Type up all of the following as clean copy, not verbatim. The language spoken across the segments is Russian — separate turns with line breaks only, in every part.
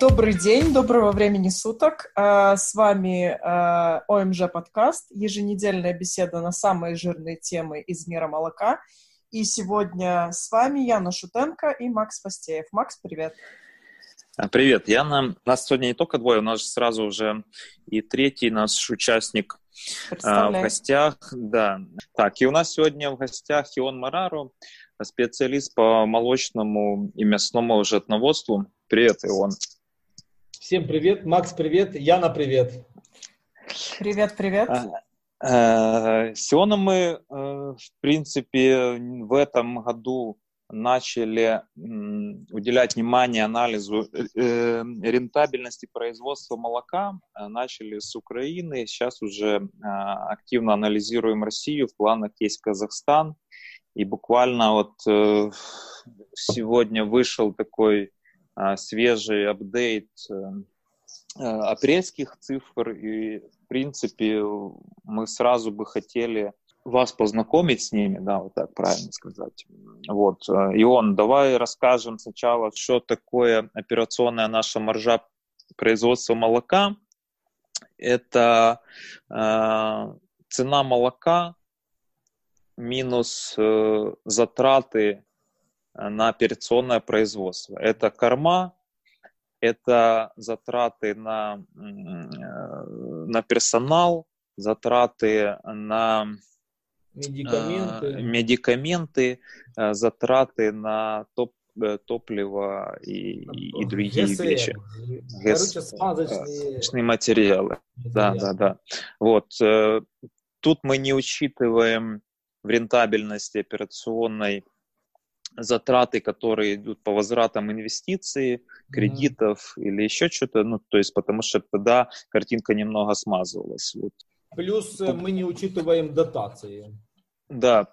Добрый день, доброго времени суток. С вами ОМЖ подкаст, еженедельная беседа на самые жирные темы из мира молока. И сегодня с вами Яна Шутенко и Макс Фастеев. Макс, привет.
Привет, Яна. Нас сегодня не только двое, у нас сразу уже и третий наш участник в гостях. Да. Так, и у нас сегодня в гостях Ион Мораро, специалист по молочному и мясному животноводству. Привет, Ион.
Всем привет. Макс, привет. Яна, привет.
Привет, привет.
С Ионом мы, в принципе, в этом году начали уделять внимание анализу рентабельности производства молока. Начали с Украины, сейчас уже активно анализируем Россию, в планах есть Казахстан. И буквально вот сегодня вышел такой свежий апдейт апрельских цифр. И, в принципе, мы сразу бы хотели вас познакомить с ними, да, вот так правильно сказать. Вот. Ион, давай расскажем сначала, что такое операционная наша маржа производства молока. Это цена молока минус затраты на операционное производство. Это корма, это затраты на персонал, затраты на медикаменты, затраты на топливо и другие вещи.
Короче, смазочные
материалы. Да. Вот. Тут мы не учитываем в рентабельности операционной затраты, которые идут по возвратам инвестиций, кредитов или еще что-то, ну, то есть, потому что тогда картинка немного смазывалась. Вот.
Плюс мы не учитываем дотации.
Да,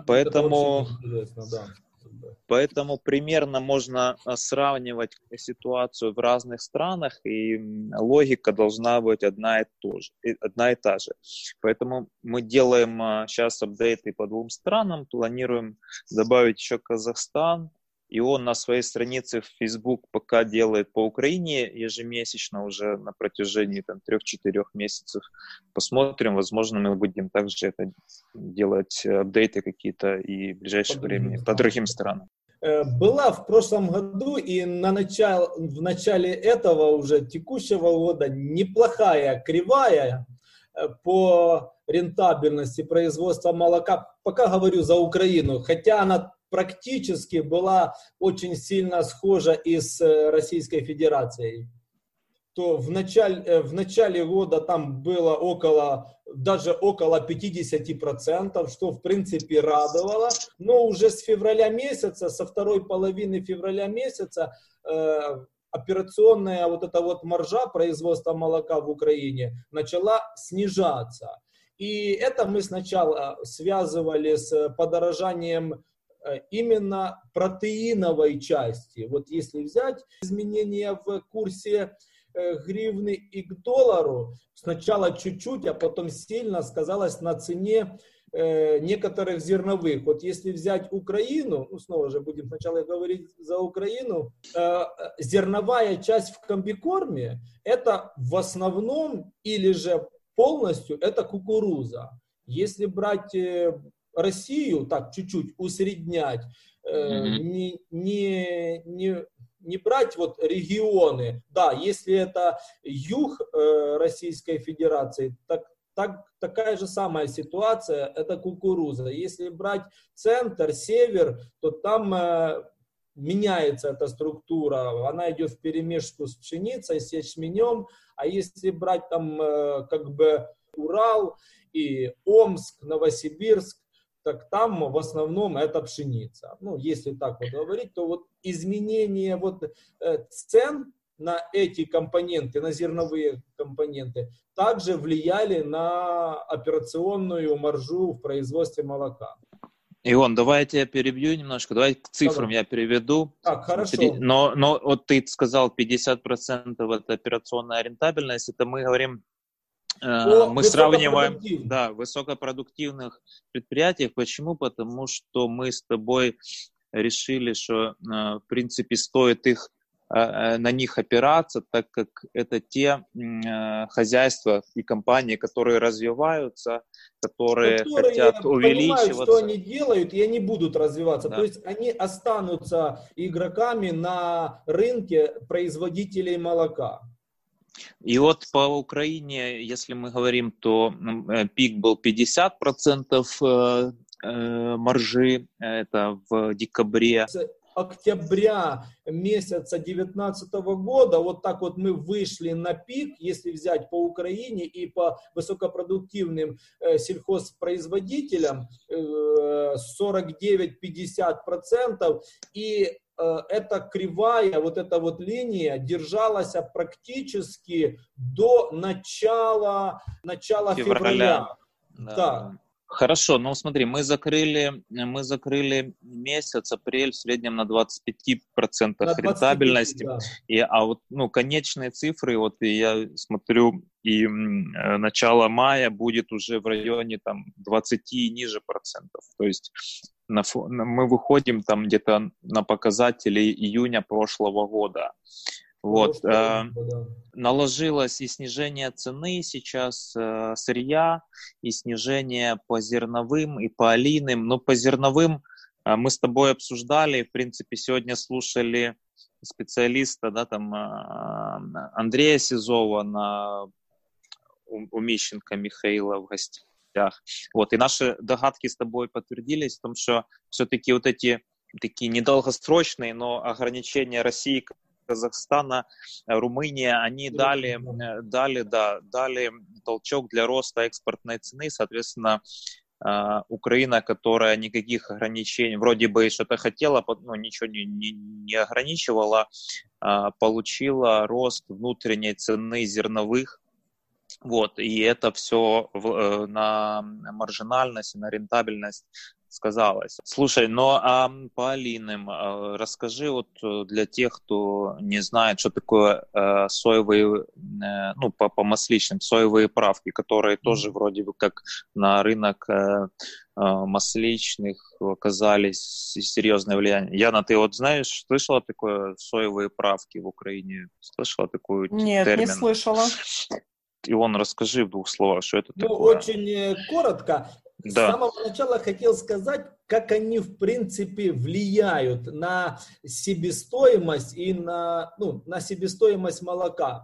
поэтому примерно можно сравнивать ситуацию в разных странах, и логика должна быть одна и та же. Поэтому мы делаем сейчас апдейты по 2 странам, планируем добавить еще Казахстан, и он на своей странице в Facebook пока делает по Украине ежемесячно уже на протяжении 3-4 месяцев. Посмотрим, возможно, мы будем также это делать апдейты какие-то и в ближайшее время по другим странам.
Была в прошлом году и в начале этого уже текущего года неплохая кривая по рентабельности производства молока. Пока говорю за Украину, хотя она практически была очень сильно схожа и с Российской Федерацией. То в начале года там было даже около 50%, что в принципе радовало. Но уже с февраля месяца, со второй половины февраля месяца, операционная вот эта вот маржа производства молока в Украине начала снижаться. И это мы сначала связывали с подорожанием именно протеиновой части. Вот если взять изменения в курсе гривны и к доллару, сначала чуть-чуть, а потом сильно сказалось на цене некоторых зерновых. Вот если взять Украину, снова же будем сначала говорить за Украину, зерновая часть в комбикорме это в основном или же полностью это кукуруза. Если брать Россию, так чуть-чуть усреднять, не брать вот регионы, да, если это юг Российской Федерации, такая же самая ситуация, это кукуруза. Если брать центр, север, то там меняется эта структура, она идет вперемешку с пшеницей, с ячменем, а если брать там как бы Урал и Омск, Новосибирск, так там в основном это пшеница. Ну, если так вот говорить, то вот изменение вот цен на эти компоненты, на зерновые компоненты, также влияли на операционную маржу в производстве молока.
Ион, давай я тебя перебью немножко, давай к цифрам я переведу.
Так, хорошо.
Но вот ты сказал 50% это операционная рентабельность, это мы говорим, мы сравниваем высокопродуктивных предприятиях. Почему? Потому что мы с тобой решили, что в принципе стоит их на них опираться, так как это те хозяйства и компании, которые развиваются, которые
которые
хотят
понимают, что
увеличиваться.
они делают, и они будут развиваться. То
Да.
есть они останутся игроками на рынке производителей молока.
И вот по Украине, если мы говорим, то пик был 50% маржи, это в декабре.
С октября месяца 2019 года вот так вот мы вышли на пик, если взять по Украине и по высокопродуктивным сельхозпроизводителям 49-50%, и эта кривая, вот эта вот линия держалась практически до начала февраля. Да.
Хорошо, ну смотри, мы закрыли месяц, апрель в среднем на 25% рентабельности.
Да.
А вот конечные цифры, вот и я смотрю, и начало мая будет уже в районе там 20 и ниже процентов. То есть мы выходим там где-то на показатели июня прошлого года. Вот. Наложилось и снижение цены сейчас сырья, и снижение по зерновым и по олийным. Но по зерновым мы с тобой обсуждали, в принципе, сегодня слушали специалиста, да, там, Андрея Сизова у Мищенко Михаила в гостях. Вот. И наши догадки с тобой подтвердились в том, что все-таки вот эти такие недолгосрочные, но ограничения России, Казахстана, Румыния, они дали толчок для роста экспортной цены. Соответственно, Украина, которая никаких ограничений, вроде бы что-то хотела, но ничего не ограничивала, получила рост внутренней цены зерновых. Вот, и это все на маржинальность, на рентабельность сказалось. Слушай, по олийным расскажи вот для тех, кто не знает, что такое соевые, по масличным, соевые правки, которые тоже вроде бы как на рынок масличных оказались серьезное влияние. Яна, ты вот знаешь, слышала такое соевые правки в Украине? Слышала такой термин?
Нет, не слышала.
Иван, расскажи в 2 словах, что это такое.
Очень коротко.
Да.
С самого начала хотел сказать, как они, в принципе, влияют на себестоимость и на себестоимость молока.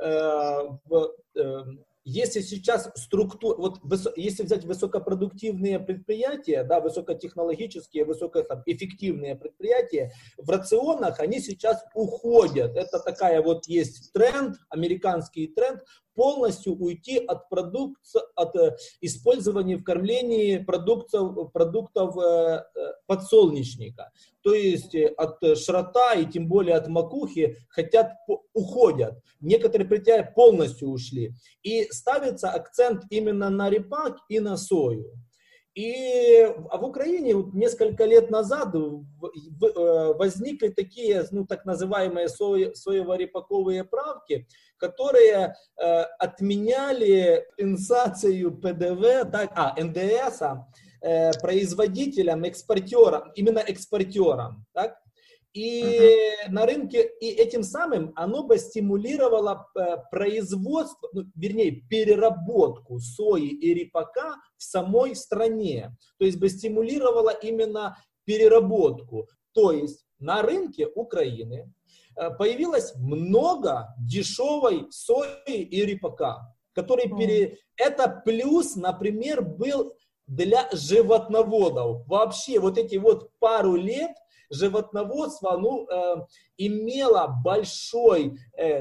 Если сейчас если взять высокопродуктивные предприятия, да, высокотехнологические, высокоэффективные предприятия, в рационах они сейчас уходят. Это такая вот есть тренд, американский тренд, полностью уйти от использования в кормлении продуктов подсолнечника. То есть от шрота и тем более от макухи уходят. Некоторые предприятия полностью ушли. И ставится акцент именно на репак и на сою. И в Украине несколько лет назад возникли такие, так называемые соево-репаковые правки, которые отменяли компенсацию ПДВ, НДС производителям, экспортерам, именно экспортерам. Так? И на рынке, и этим самым оно бы стимулировало производство, переработку сои и репака в самой стране. То есть бы стимулировало именно переработку. То есть на рынке Украины появилось много дешевой сои и репака, это плюс, например, был для животноводов. Вообще вот эти вот пару лет животноводство имело большой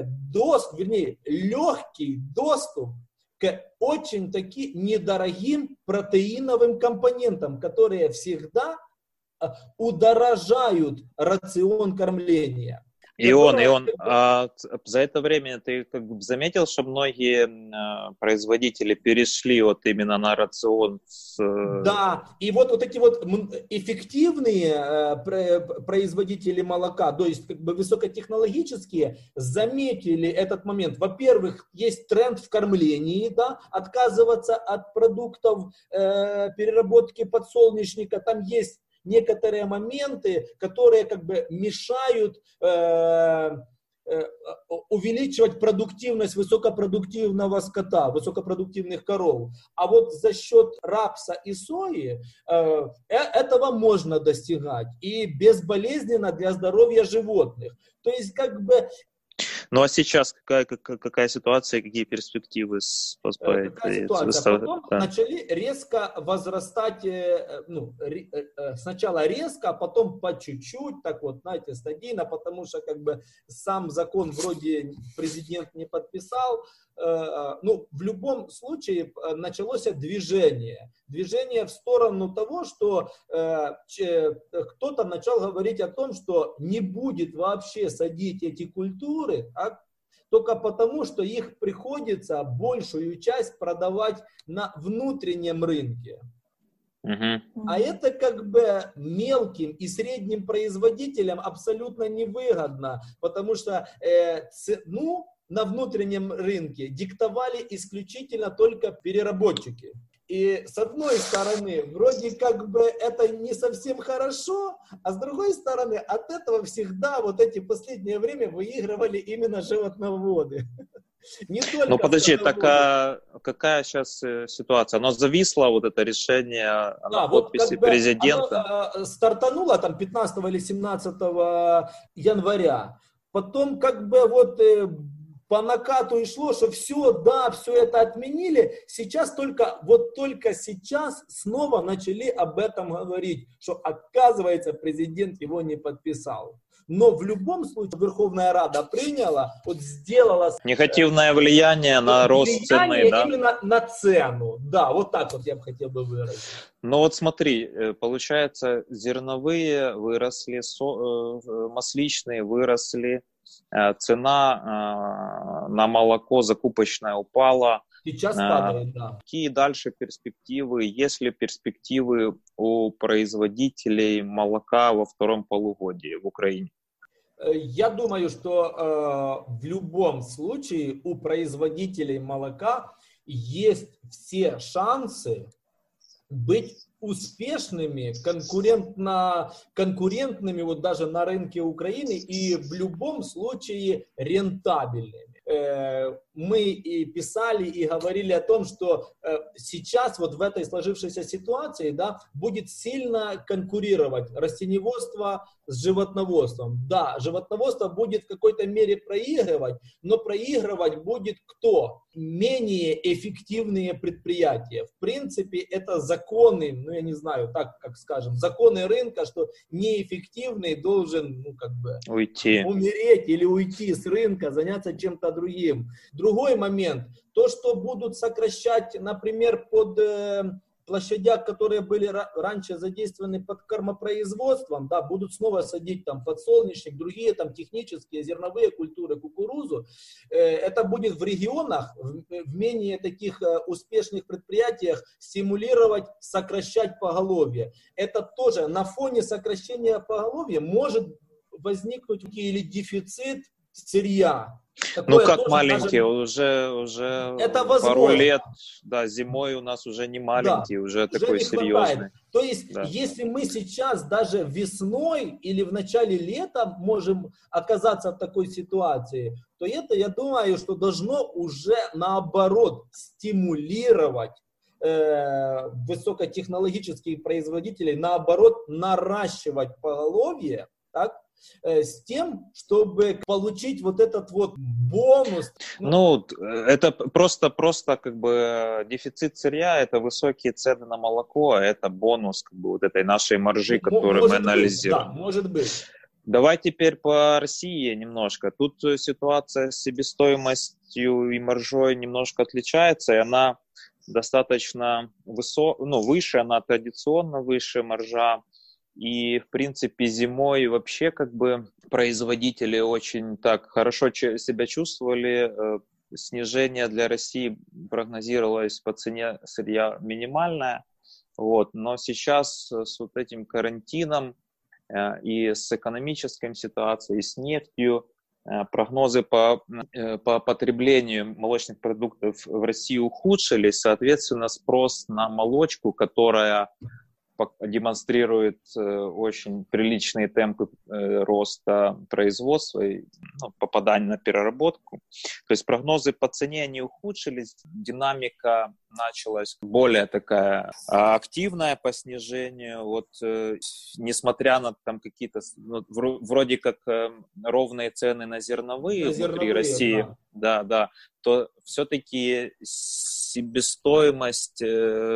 легкий доступ к очень таким недорогим протеиновым компонентам, которые всегда удорожают рацион кормления.
Ион, за это время ты заметил, что многие производители перешли именно на рацион?
Да, и вот эти вот эффективные производители молока, то есть высокотехнологические, заметили этот момент. Во-первых, есть тренд в кормлении, да, отказываться от продуктов переработки подсолнечника, там есть некоторые моменты, которые мешают увеличивать продуктивность высокопродуктивного скота, высокопродуктивных коров. А вот за счет рапса и сои этого можно достигать. И безболезненно для здоровья животных. То есть как бы...
Ну а сейчас какая ситуация, какие перспективы
Какая ситуация? Потом начали резко возрастать, сначала резко, а потом по чуть-чуть, так вот, знаете, стадийно, потому что как бы сам закон вроде президент не подписал. В любом случае началось движение в сторону того, что кто-то начал говорить о том, что не будет вообще садить эти культуры, только потому, что их приходится большую часть продавать на внутреннем рынке. А это как бы мелким и средним производителям абсолютно невыгодно, потому что цену на внутреннем рынке диктовали исключительно только переработчики. И с одной стороны, вроде как бы это не совсем хорошо, а с другой стороны, от этого всегда вот эти последнее время выигрывали именно животноводы. Не только.
Ну подожди, какая сейчас ситуация? Оно зависло, вот это решение на подписи президента?
Оно стартануло там 15 или 17 января. Потом как бы вот по накату и шло, что все это отменили. Сейчас только сейчас снова начали об этом говорить, что оказывается президент его не подписал. Но в любом случае Верховная Рада приняла, сделала...
Негативное влияние на рост цены, да?
Именно на цену. Да, вот так вот я бы хотел выразить.
Ну вот смотри, получается, зерновые выросли, масличные выросли, цена на молоко закупочное упала.
Сейчас падает, да.
Какие дальше перспективы, есть ли перспективы у производителей молока во втором полугодии в Украине?
Я думаю, что в любом случае у производителей молока есть все шансы быть успешными, конкурентными вот даже на рынке Украины и в любом случае рентабельными. Мы и писали, и говорили о том, что сейчас вот в этой сложившейся ситуации, да, будет сильно конкурировать растениеводство с животноводством. Да, животноводство будет в какой-то мере проигрывать, но проигрывать будет кто? Менее эффективные предприятия. В принципе, это законы, я не знаю, так как скажем, законы рынка, что неэффективный должен,
уйти,
умереть или уйти с рынка, заняться чем-то другим. Другой момент, то, что будут сокращать, например, под площадях, которые были раньше задействованы под кормопроизводством, да, будут снова садить там подсолнечник, другие там технические зерновые культуры, кукурузу. Это будет в регионах, в менее таких успешных предприятиях стимулировать, сокращать поголовье. Это тоже на фоне сокращения поголовья может возникнуть или дефицит сырья.
Такое как маленькие, уже
это
пару лет, да, зимой у нас уже не маленький, да, уже такой серьезный.
То есть, да, если мы сейчас даже весной или в начале лета можем оказаться в такой ситуации, то это, я думаю, что должно уже наоборот стимулировать высокотехнологических производителей, наоборот наращивать поголовье, так, с тем, чтобы получить вот этот вот бонус.
Это просто как бы дефицит сырья, это высокие цены на молоко, это бонус как бы вот этой нашей маржи, которую мы анализируем.
Да, может быть.
Давай теперь по России немножко. Тут ситуация с себестоимостью и маржой немножко отличается, и она достаточно выше, она традиционно выше маржа. И, в принципе, зимой вообще как бы производители очень так хорошо себя чувствовали. Снижение для России прогнозировалось по цене сырья минимальное. Но сейчас с вот этим карантином и с экономической ситуацией, и с нефтью, прогнозы по потреблению молочных продуктов в России ухудшились. Соответственно, спрос на молочку, которая демонстрирует очень приличные темпы роста производства и попадания на переработку. То есть прогнозы по цене, они ухудшились, динамика началась более такая активная по снижению. Вот несмотря на там какие-то вроде как ровные цены на зерновые внутри России, да, то все-таки себестоимость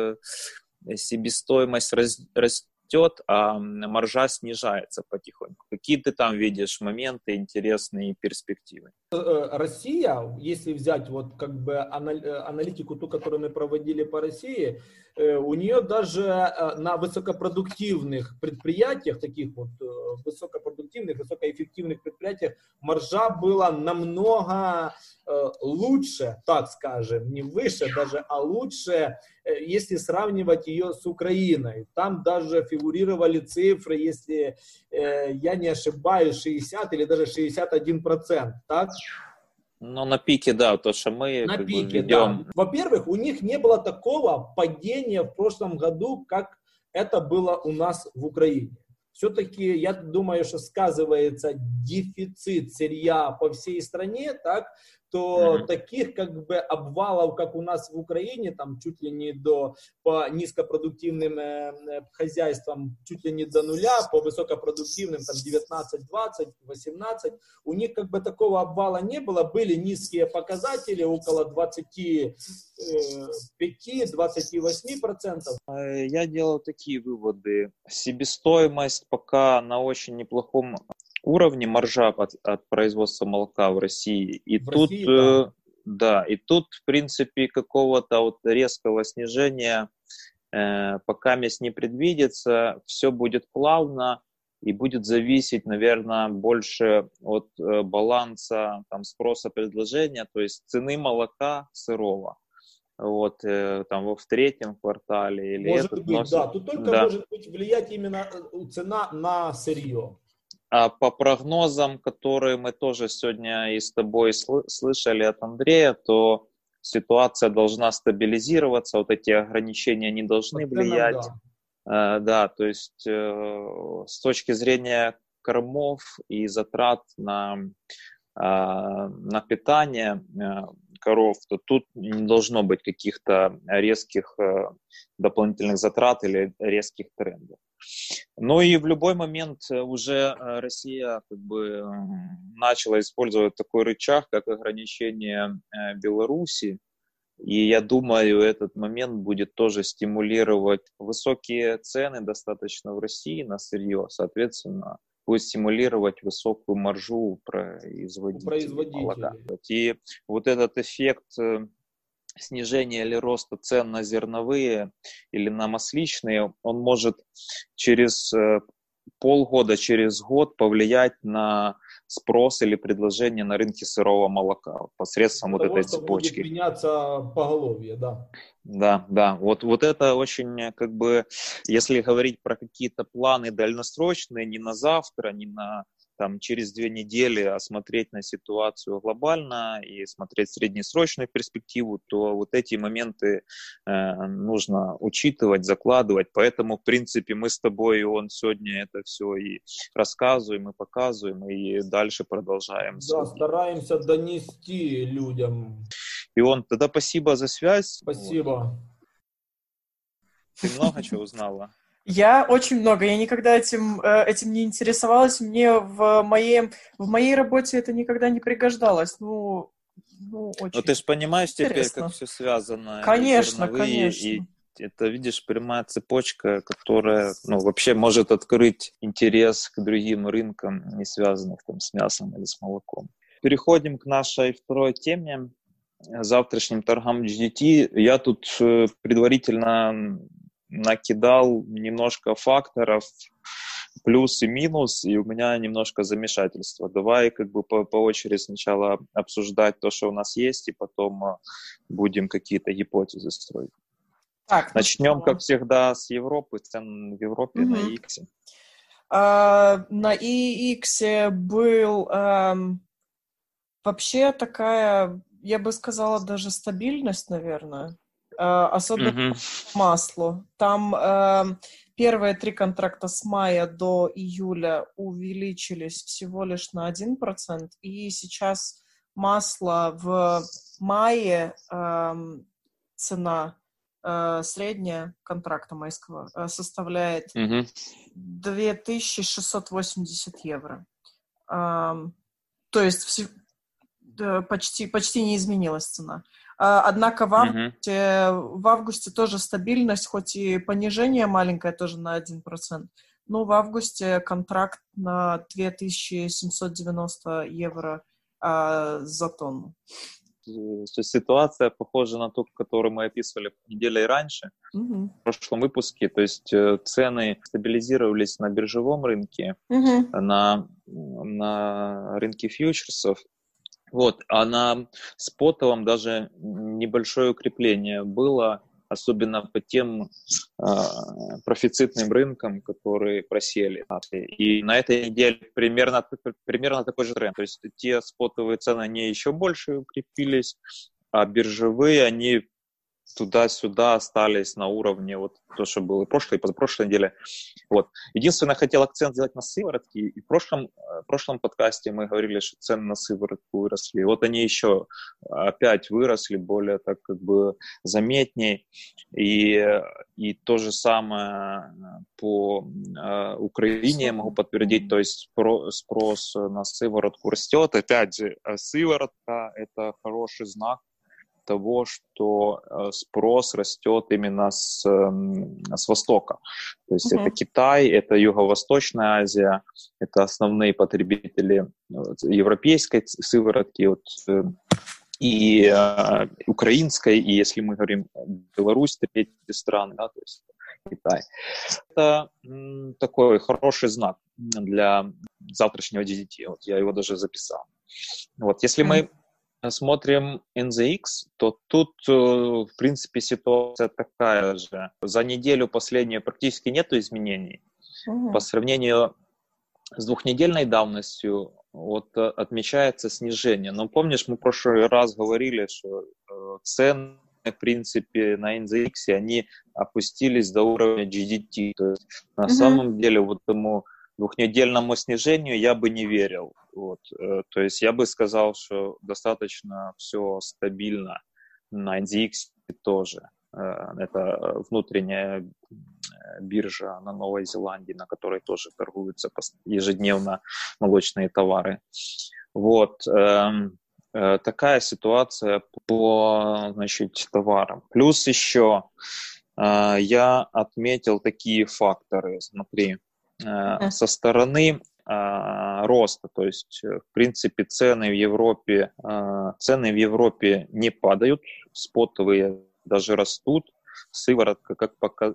растет, а маржа снижается потихоньку. Какие ты там видишь моменты интересные и перспективы?
Россия, если взять вот как бы аналитику, ту, которую мы проводили по России, у нее даже на высокопродуктивных предприятиях, таких вот высокопродуктивных, высокоэффективных предприятиях, маржа была намного лучше, так скажем, не выше даже, а лучше, если сравнивать ее с Украиной. Там даже фигурировали цифры, если я не ошибаюсь, 60 или даже 61%, так?
Ну, на пике, да, то, что мы
на пике,
ведем.
Да. Во-первых, у них не было такого падения в прошлом году, как это было у нас в Украине. Все-таки, я думаю, что сказывается дефицит сырья по всей стране, так, то таких как бы обвалов, как у нас в Украине, там чуть ли не по низкопродуктивным хозяйствам чуть ли не до нуля, по высокопродуктивным там 19, 20, 18, у них как бы такого обвала не было, были низкие показатели, около 25-28%.
Я делал такие выводы. Себестоимость пока на очень неплохом уровне, маржа от производства молока в России. И тут, в принципе, какого-то вот резкого снижения пока не предвидится. Все будет плавно и будет зависеть, наверное, больше от баланса там, спроса-предложения, то есть цены молока сырого. Вот, там в третьем квартале. Или
может быть, да. Тут только может быть влиять именно цена на сырье.
А по прогнозам, которые мы тоже сегодня и с тобой слышали от Андрея, то ситуация должна стабилизироваться, вот эти ограничения не должны влиять. Да, то есть с точки зрения кормов и затрат на питание коров, то тут не должно быть каких-то резких дополнительных затрат или резких трендов. Ну и в любой момент уже Россия как бы начала использовать такой рычаг, как ограничение Беларуси. И я думаю, этот момент будет тоже стимулировать высокие цены достаточно в России на сырье, соответственно, будет стимулировать высокую маржу у производителей молока. И вот этот эффект снижения или роста цен на зерновые или на масличные, он может через полгода, через год повлиять на спрос или предложение на рынке сырого молока посредством вот этой цепочки.
Будет меняться поголовье, да.
Да. Вот это очень, как бы, если говорить про какие-то планы дальносрочные, не на завтра, не на там, через 2 недели, а смотреть на ситуацию глобально и смотреть среднесрочную перспективу, то вот эти моменты нужно учитывать, закладывать. Поэтому, в принципе, мы с тобой, он сегодня это все и рассказываем, и показываем, и дальше продолжаем.
Да, стараемся донести людям.
И тогда спасибо за связь.
Спасибо.
Вот. Ты много чего узнала?
Я очень много. Я никогда этим не интересовалась. Мне в моей работе это никогда не пригождалось. Ну очень.
Но ты же понимаешь
интересно.
теперь, как все связано.
Конечно.
И это, видишь, прямая цепочка, которая, вообще может открыть интерес к другим рынкам, не связанных там с мясом или с молоком. Переходим к нашей второй теме, завтрашним торгам GDT. Я тут предварительно накидал немножко факторов, плюс и минус, и у меня немножко замешательство. Давай как бы по очереди сначала обсуждать то, что у нас есть, и потом будем какие-то гипотезы строить.
Так,
начнем, как всегда, с Европы, цен в Европе на X.
На EX был вообще такая, я бы сказала, даже стабильность, наверное. Особенно по маслу. Там первые 3 контракта с мая до июля увеличились всего лишь на 1%, и сейчас масло в мае цена средняя контракта майского составляет 2680 евро. То есть почти не изменилась цена. Однако в августе тоже стабильность, хоть и понижение маленькое тоже на 1%, но в августе контракт на 2790 евро за тонну.
То есть ситуация похожа на ту, которую мы описывали неделей раньше, в прошлом выпуске. То есть цены стабилизировались на биржевом рынке, на рынке фьючерсов. Вот, а на спотовом даже небольшое укрепление было, особенно по тем профицитным рынкам, которые просели. И на этой неделе примерно такой же тренд. То есть те спотовые цены, они еще больше укрепились, а биржевые, они туда-сюда остались на уровне вот то, что было и прошлой, и позапрошлой неделе. Вот. Единственное, хотел акцент сделать на сыворотки. И в прошлом подкасте мы говорили, что цены на сыворотку выросли. И вот они еще опять выросли, более так как бы заметней. И то же самое по Украине я могу подтвердить. То есть спрос на сыворотку растет. Опять же, сыворотка – это хороший знак того, что спрос растет именно с востока. То есть это Китай, это Юго-Восточная Азия, это основные потребители европейской сыворотки, вот, и украинской, и если мы говорим Беларусь, третьи страны, да, то есть Китай. Это такой хороший знак для завтрашнего DDT. Вот я его даже записал. Вот, если мы смотрим NZX, то тут, в принципе, ситуация такая же. За неделю последнюю практически нет изменений. По сравнению с двухнедельной давностью вот отмечается снижение. Но помнишь, мы в прошлый раз говорили, что цены, в принципе, на NZX, они опустились до уровня GDT. То есть, на самом деле, вот этому двухнедельному снижению я бы не верил. Вот. То есть я бы сказал, что достаточно все стабильно на NZX тоже. Это внутренняя биржа на Новой Зеландии, на которой тоже торгуются ежедневно молочные товары. Вот. Такая ситуация по, значит, товарам. Плюс еще я отметил такие факторы. Смотри, со стороны роста, то есть, в принципе, цены в Европе не падают, спотовые даже растут. Сыворотка как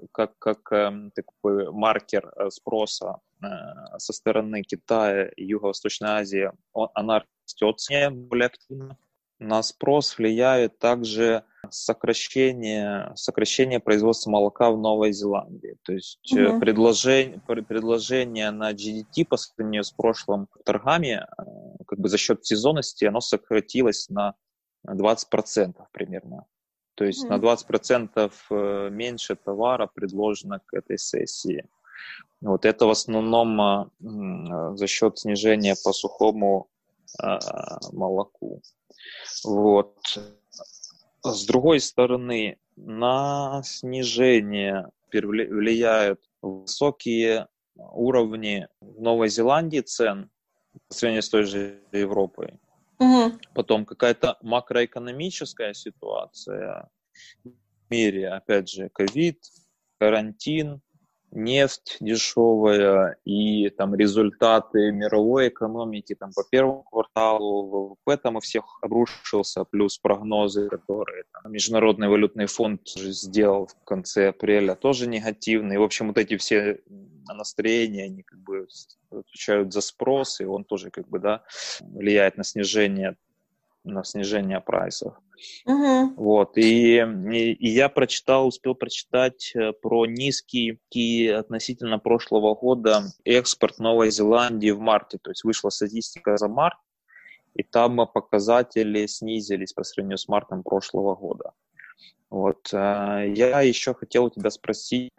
такой маркер спроса со стороны Китая и Юго-Восточной Азии, она растет более активно. На спрос влияет также сокращение производства молока в Новой Зеландии. То есть предложение на GDT по сравнению с прошлым торгами, как бы за счет сезонности, оно сократилось на 20% примерно. То есть на 20% меньше товара предложено к этой сессии. Вот это в основном за счет снижения по сухому молоку. Вот. С другой стороны, на снижение влияют высокие уровни в Новой Зеландии цен по сравнению с той же Европой. Потом какая-то макроэкономическая ситуация в мире, опять же, ковид, карантин, нефть дешевая и там результаты мировой экономики там, по первому кварталу ВВП там у всех обрушился, плюс прогнозы, которые там, Международный валютный фонд сделал в конце апреля, тоже негативные. В общем, вот эти все настроения, они как бы отвечают за спрос, и он тоже как бы, да, влияет на снижение прайсов. Вот. И я успел прочитать про низкий относительно прошлого года экспорт Новой Зеландии в марте. То есть вышла статистика за март, и там показатели снизились по сравнению с мартом прошлого года. Вот. Я еще хотел у тебя спросить по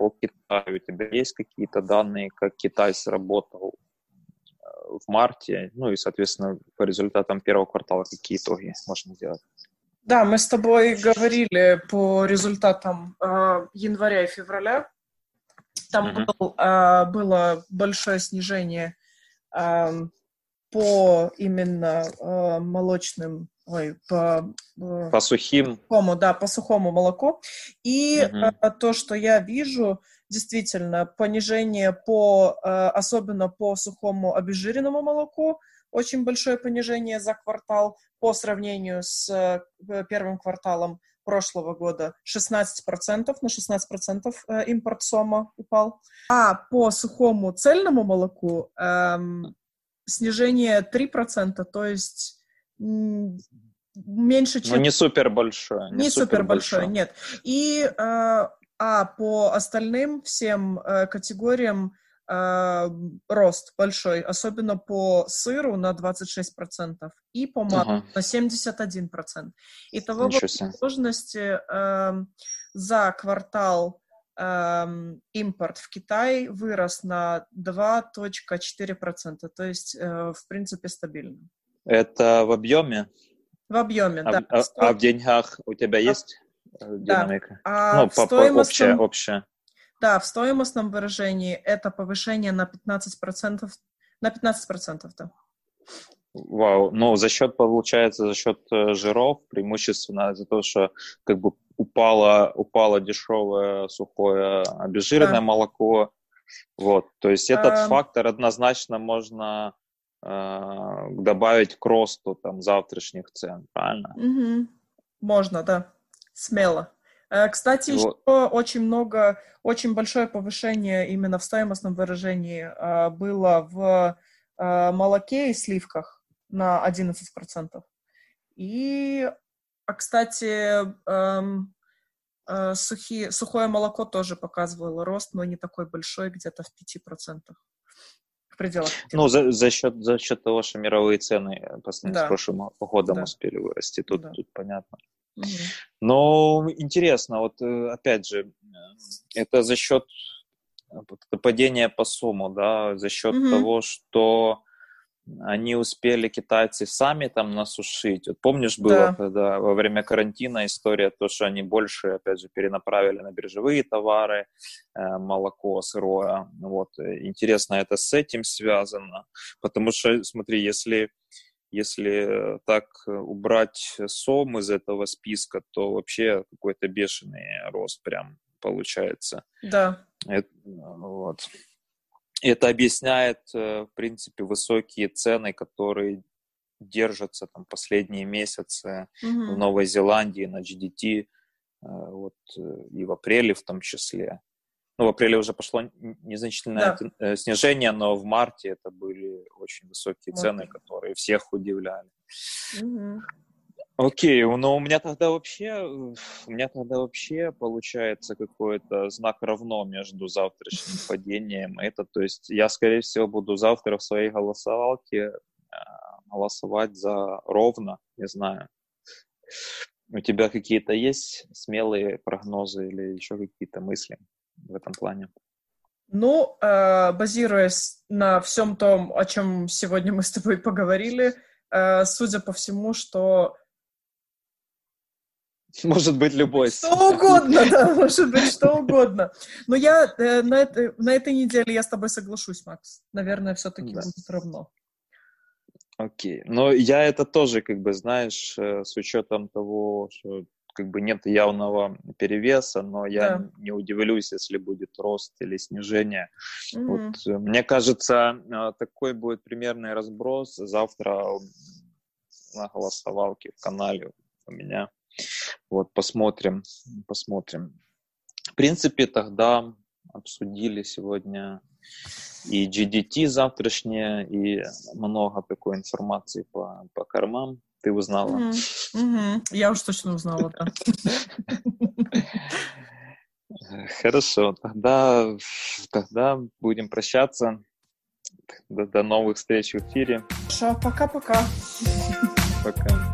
У тебя есть какие-то данные, как Китай сработал в марте, ну и, соответственно, по результатам первого квартала какие итоги можно сделать?
Да, мы с тобой говорили по результатам января и февраля. Там было большое снижение по именно молочным,
по сухим.
По сухому молоку. И то, что я вижу, действительно, понижение особенно по сухому обезжиренному молоку, очень большое понижение за квартал по сравнению с первым кварталом прошлого года. 16%, на 16% импорт сома упал. А по сухому цельному молоку снижение 3%, то есть меньше, чем...
Ну, не супер большое.
Не супер большое, нет. И по остальным всем категориям рост большой, особенно по сыру на 26% и по маслу на 71%. Итого в сложности за квартал импорт в Китай вырос на 2,4%, то есть, в принципе, стабильно.
Это в объеме?
В объеме, да.
А в деньгах у тебя есть динамика?
Да.
Общая.
Да, в стоимостном выражении это повышение на 15%, да.
Вау, ну за счет жиров, преимущественно за то, что как бы упало дешевое сухое обезжиренное молоко, вот, то есть этот фактор однозначно можно добавить к росту там завтрашних цен, правильно?
Можно, да, смело. Кстати, еще очень большое повышение именно в стоимостном выражении было в молоке и сливках на 11%. И, кстати, сухое молоко тоже показывало рост, но не такой большой, где-то в 5%. В пределах 5%.
Ну, за счет того, что мировые цены по сравнению с прошлым годом успели вырасти, тут понятно. Но интересно, вот опять же, это за счет падения по сумму, да, за счет того, что они успели, китайцы, сами там насушить. Вот помнишь, было, когда во время карантина история, то, что они больше, опять же, перенаправили на биржевые товары, молоко сырое. Вот. Интересно, это с этим связано? Потому что, смотри, если так убрать сом из этого списка, то вообще какой-то бешеный рост прям получается.
Да.
Вот. Это объясняет, в принципе, высокие цены, которые держатся там последние месяцы в Новой Зеландии на GDT, вот, и в апреле в том числе. Ну, в апреле уже пошло незначительное снижение, но в марте это были очень высокие цены, которые всех удивляли. Окей, но у меня тогда вообще получается какой-то знак равно между завтрашним падением и это. То есть я, скорее всего, буду завтра в своей голосовалке голосовать за ровно, не знаю. У тебя какие-то есть смелые прогнозы или еще какие-то мысли в этом плане?
Ну, базируясь на всем том, о чем сегодня мы с тобой поговорили, судя по всему, что...
Может быть, любой.
Что угодно, да, может быть, что угодно. Но я на этой неделе я с тобой соглашусь, Макс. Наверное, все-таки будет равно.
Окей. Но я это тоже, как бы, знаешь, с учетом того, что как бы нет явного перевеса, но я не удивлюсь, если будет рост или снижение. Вот, мне кажется, такой будет примерный разброс завтра на голосовалке в канале у меня. Вот, посмотрим. В принципе, тогда обсудили сегодня и GDT завтрашнее, и много такой информации по кормам. Ты узнала?
Я уж точно узнала, да.
Хорошо, тогда будем прощаться. До новых встреч в эфире.
Пока-пока.
Пока.